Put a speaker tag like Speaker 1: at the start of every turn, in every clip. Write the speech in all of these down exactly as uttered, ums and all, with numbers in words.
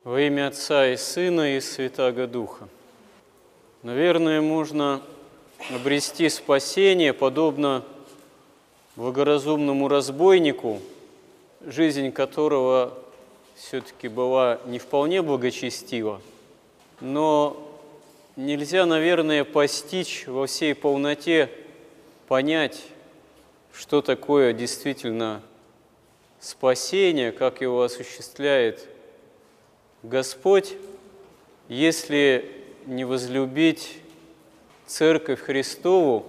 Speaker 1: Во имя Отца и Сына и Святаго Духа. Наверное, можно обрести спасение, подобно благоразумному разбойнику, жизнь которого все-таки была не вполне благочестива, но нельзя, наверное, постичь во всей полноте, понять, что такое действительно спасение, как его осуществляет Господь, если не возлюбить Церковь Христову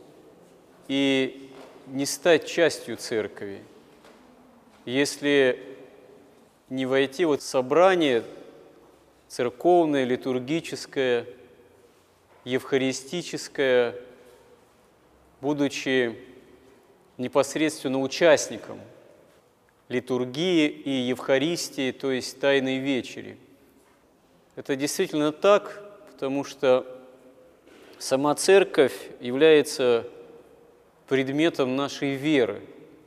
Speaker 1: и не стать частью Церкви, если не войти вот в собрание церковное, литургическое, евхаристическое, будучи непосредственно участником литургии и Евхаристии, то есть Тайной Вечери. Это действительно так, потому что сама Церковь является предметом нашей веры.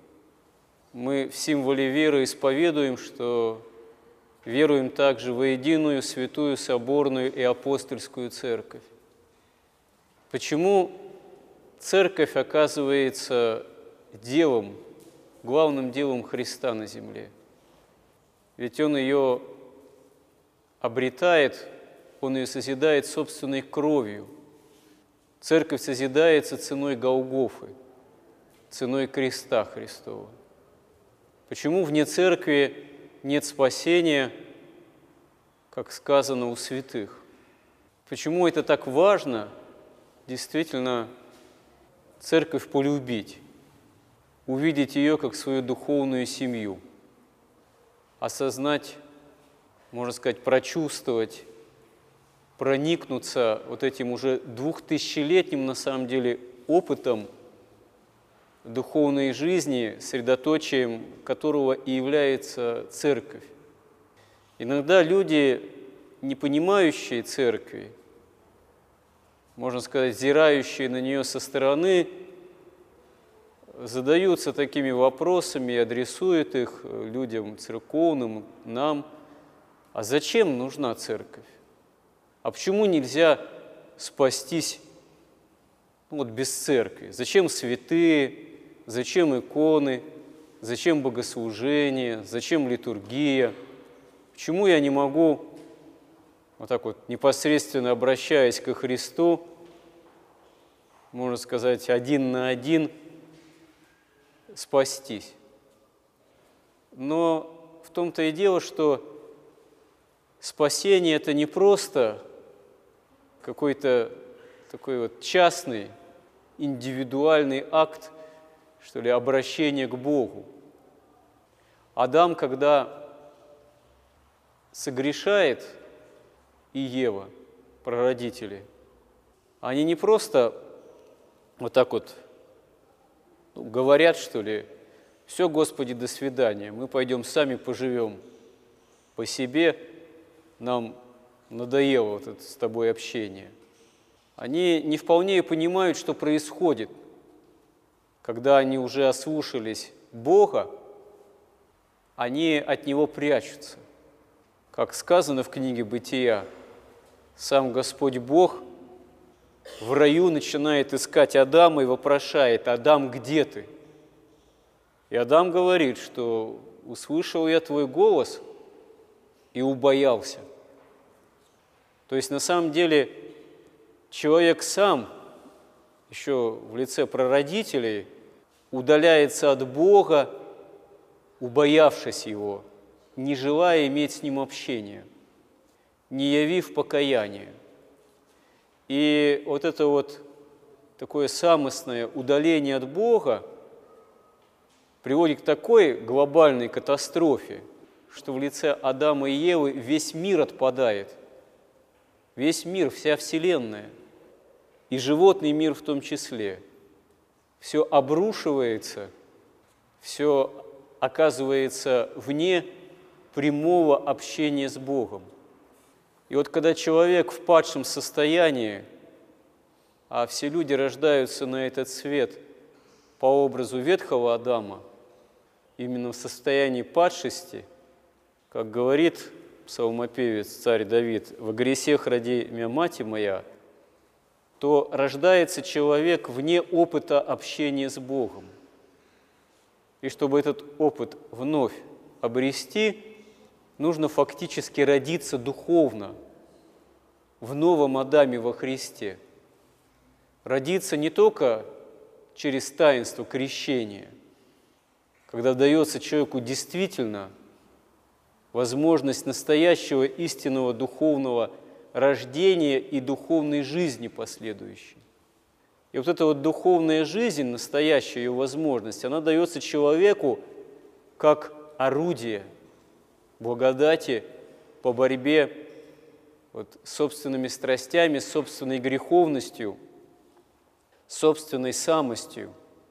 Speaker 1: Мы в символе веры исповедуем, что веруем также во единую, святую, соборную и апостольскую Церковь. Почему Церковь оказывается делом, главным делом Христа на земле? Ведь Он ее обретает, Он ее созидает собственной кровью. Церковь созидается ценой Голгофы, ценой креста Христова. Почему вне Церкви нет спасения, как сказано у святых? Почему это так важно, действительно, Церковь полюбить, увидеть ее как свою духовную семью, осознать, можно сказать, прочувствовать, проникнуться вот этим уже двухтысячелетним, на самом деле, опытом духовной жизни, средоточием которого и является Церковь. Иногда люди, не понимающие Церкви, можно сказать, взирающие на нее со стороны, задаются такими вопросами и адресуют их людям церковным, нам. А зачем нужна Церковь? А почему нельзя спастись ну, вот без Церкви? Зачем святые? Зачем иконы? Зачем богослужение? Зачем литургия? Почему я не могу, вот так вот непосредственно обращаясь ко Христу, можно сказать, один на один, спастись? Но в том-то и дело, что спасение – это не просто какой-то такой вот частный, индивидуальный акт, что ли, обращения к Богу. Адам, когда согрешает, и Ева, прародители, они не просто вот так вот ну, говорят, что ли, все, Господи, до свидания, мы пойдем сами поживем по себе, нам надоело вот это с тобой общение. Они не вполне понимают, что происходит, когда они уже ослушались Бога, они от Него прячутся. Как сказано в книге «Бытия», сам Господь Бог в раю начинает искать Адама и вопрошает: «Адам, где ты?» И Адам говорит, что «услышал я твой голос и убоялся». То есть на самом деле человек сам, еще в лице прародителей, удаляется от Бога, убоявшись Его, не желая иметь с Ним общения, не явив покаяния. И вот это вот такое самостное удаление от Бога приводит к такой глобальной катастрофе, что в лице Адама и Евы весь мир отпадает, весь мир, вся Вселенная, и животный мир в том числе. Все обрушивается, все оказывается вне прямого общения с Богом. И вот когда человек в падшем состоянии, а все люди рождаются на этот свет по образу ветхого Адама, именно в состоянии падшести, как говорит псалмопевец царь Давид, «Во грехах роди мя мать моя», то рождается человек вне опыта общения с Богом. И чтобы этот опыт вновь обрести, нужно фактически родиться духовно в новом Адаме во Христе. Родиться не только через таинство крещения, когда дается человеку действительно возможность настоящего истинного духовного рождения и духовной жизни последующей. И вот эта вот духовная жизнь, настоящая ее возможность, она дается человеку как орудие благодати по борьбе вот с собственными страстями, с собственной греховностью, собственной самостью,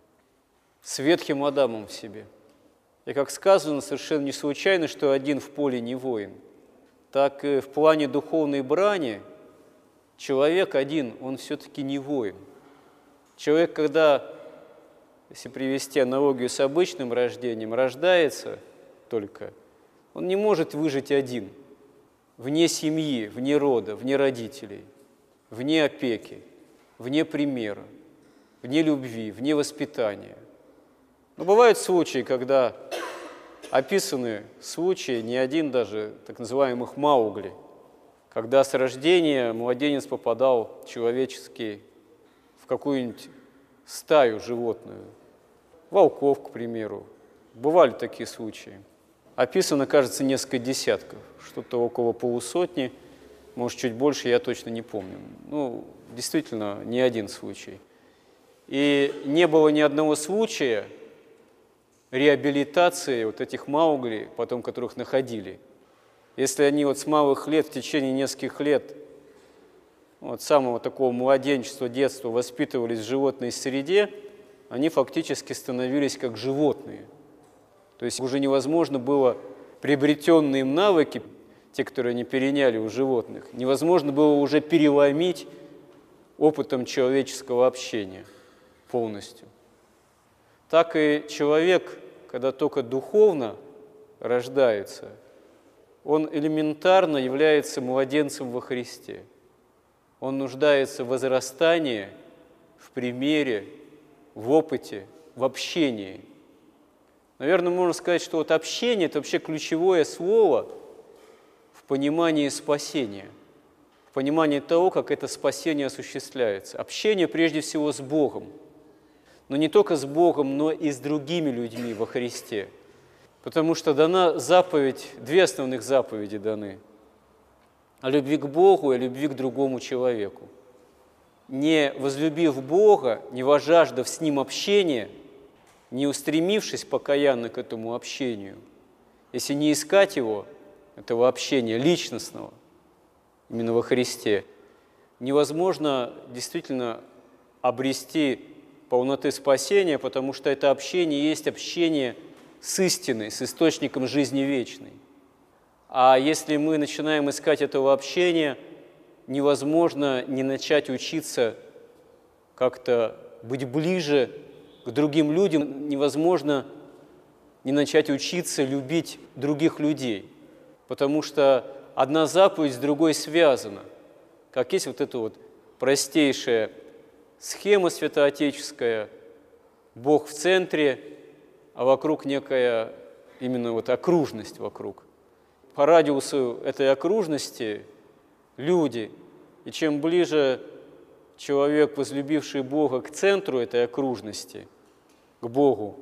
Speaker 1: с ветхим Адамом в себе. И как сказано, совершенно не случайно, что один в поле не воин. Так и в плане духовной брани человек один, он все-таки не воин. Человек, когда, если привести аналогию с обычным рождением, рождается только, он не может выжить один, вне семьи, вне рода, вне родителей, вне опеки, вне примера, вне любви, вне воспитания. Но бывают случаи, когда описаны случаи, не один даже, так называемых Маугли, когда с рождения младенец попадал человеческий в какую-нибудь стаю животную, волков, к примеру. Бывали такие случаи. Описано, кажется, несколько десятков, что-то около полусотни, может, чуть больше, я точно не помню. Ну, действительно, не один случай. И не было ни одного случая реабилитации вот этих Маугли, потом которых находили. Если они вот с малых лет, в течение нескольких лет, вот самого такого младенчества, детства воспитывались в животной среде, они фактически становились как животные. То есть уже невозможно было приобретенные им навыки, те, которые они переняли у животных, невозможно было уже переломить опытом человеческого общения полностью. Так и человек, когда только духовно рождается, он элементарно является младенцем во Христе. Он нуждается в возрастании, в примере, в опыте, в общении. Наверное, можно сказать, что вот общение – это вообще ключевое слово в понимании спасения, в понимании того, как это спасение осуществляется. Общение прежде всего с Богом, но не только с Богом, но и с другими людьми во Христе. Потому что дана заповедь, две основных заповеди даны – о любви к Богу и о любви к другому человеку. Не возлюбив Бога, не возжаждав с Ним общения, не устремившись покаянно к этому общению, если не искать Его, этого общения личностного, именно во Христе, невозможно действительно обрести полноты спасения, потому что это общение есть общение с истиной, с источником жизни вечной. А если мы начинаем искать этого общения, невозможно не начать учиться как-то быть ближе к другим людям, невозможно не начать учиться любить других людей, потому что одна заповедь с другой связана. Как есть вот эта вот простейшая схема святоотеческая, Бог в центре, а вокруг некая именно вот окружность вокруг. По радиусу этой окружности люди, и чем ближе человек, возлюбивший Бога, к центру этой окружности, к Богу,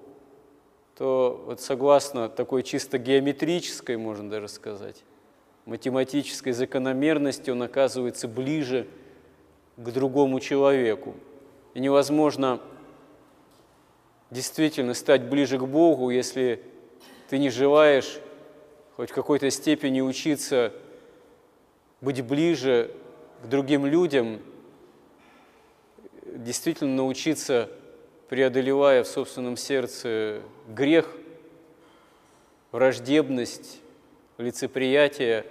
Speaker 1: то вот согласно такой чисто геометрической, можно даже сказать, математической закономерности, он оказывается ближе к другому человеку. И невозможно действительно стать ближе к Богу, если ты не желаешь хоть в какой-то степени учиться быть ближе к другим людям, действительно научиться, преодолевая в собственном сердце грех, враждебность, лицеприятие,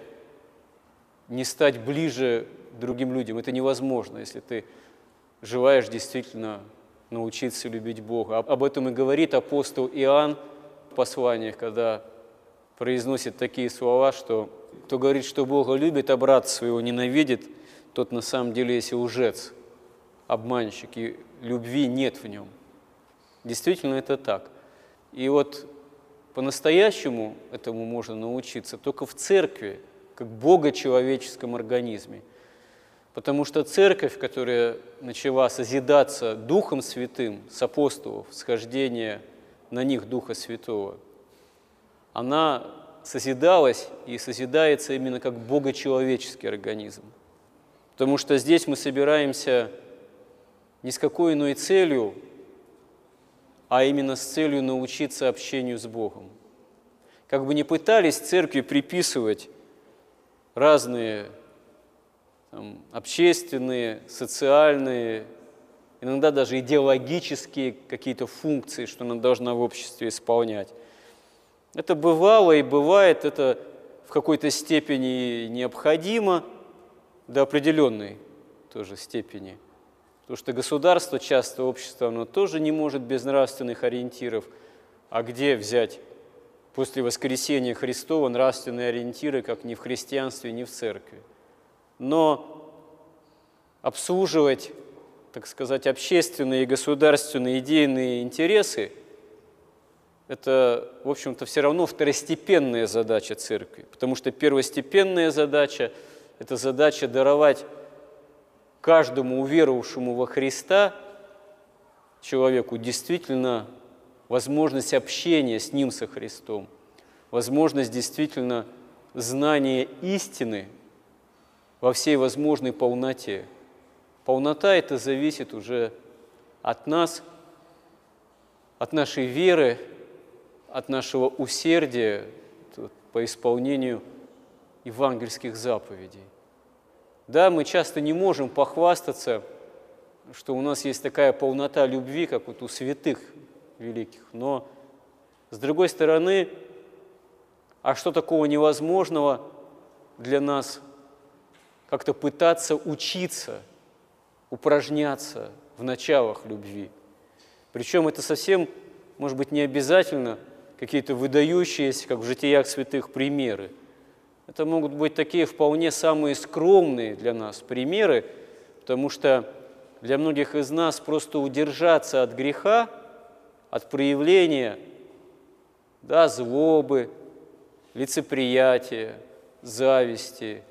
Speaker 1: не стать ближе к другим людям. Это невозможно, если ты желаешь действительно научиться любить Бога. Об этом и говорит апостол Иоанн в посланиях, когда произносит такие слова, что кто говорит, что Бога любит, а брата своего ненавидит, тот на самом деле есть лжец, обманщик, и любви нет в нем. Действительно, это так. И вот по-настоящему этому можно научиться только в церкви, как богочеловеческом организме. Потому что церковь, которая начала созидаться Духом Святым с апостолов, схождения на них Духа Святого, она созидалась и созидается именно как богочеловеческий организм. Потому что здесь мы собираемся не с какой иной целью, а именно с целью научиться общению с Богом. Как бы ни пытались церкви приписывать разные там, общественные, социальные, иногда даже идеологические какие-то функции, что она должна в обществе исполнять. Это бывало и бывает, это в какой-то степени необходимо, до определенной тоже степени. Потому что государство, часто общество, оно тоже не может без нравственных ориентиров. А где взять после воскресения Христова нравственные ориентиры, как ни в христианстве, ни в церкви? Но обслуживать, так сказать, общественные и государственные идейные интересы – это, в общем-то, все равно второстепенная задача церкви. Потому что первостепенная задача – это задача даровать каждому уверовавшему во Христа человеку действительно возможность общения с Ним, со Христом, возможность действительно знания истины во всей возможной полноте. Полнота это зависит уже от нас, от нашей веры, от нашего усердия по исполнению евангельских заповедей. Да, мы часто не можем похвастаться, что у нас есть такая полнота любви, как вот у святых великих, но, с другой стороны, а что такого невозможного для нас как-то пытаться учиться, упражняться в началах любви? Причем это совсем, может быть, не обязательно какие-то выдающиеся, как в житиях святых, примеры. Это могут быть такие вполне самые скромные для нас примеры, потому что для многих из нас просто удержаться от греха, от проявления да, злобы, лицеприятия, зависти,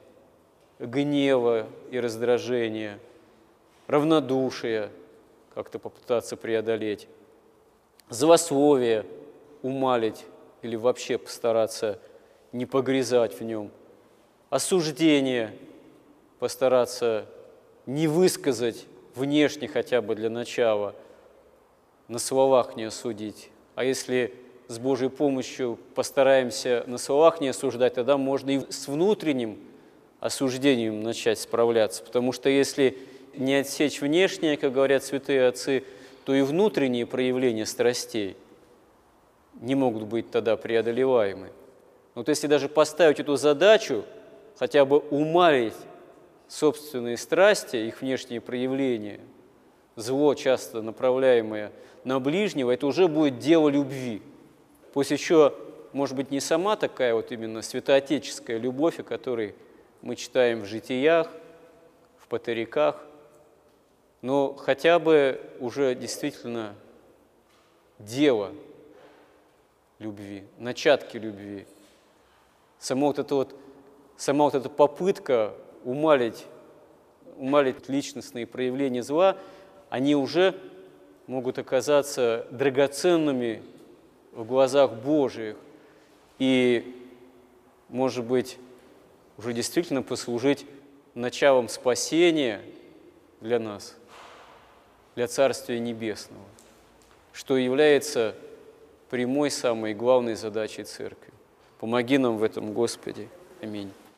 Speaker 1: гнева и раздражения, равнодушия, как-то попытаться преодолеть, злословие умалить или вообще постараться не погрязать в нем, осуждение постараться не высказать внешне хотя бы для начала, на словах не осудить. А если с Божьей помощью постараемся на словах не осуждать, тогда можно и с внутренним осуждением начать справляться. Потому что если не отсечь внешнее, как говорят святые отцы, то и внутренние проявления страстей не могут быть тогда преодолеваемы. Вот если даже поставить эту задачу, хотя бы умалить собственные страсти, их внешние проявления, зло, часто направляемое на ближнего, это уже будет дело любви. Пусть еще, может быть, не сама такая вот именно святоотеческая любовь, о которой мы читаем в житиях, в патариках, но хотя бы уже действительно дело любви, начатки любви. Сама вот эта, вот, сама вот эта попытка умалить, умалить личностные проявления зла, они уже могут оказаться драгоценными в глазах Божиих и, может быть, уже действительно послужить началом спасения для нас, для Царствия Небесного, что является прямой, самой главной задачей Церкви. Помоги нам в этом, Господи. Аминь.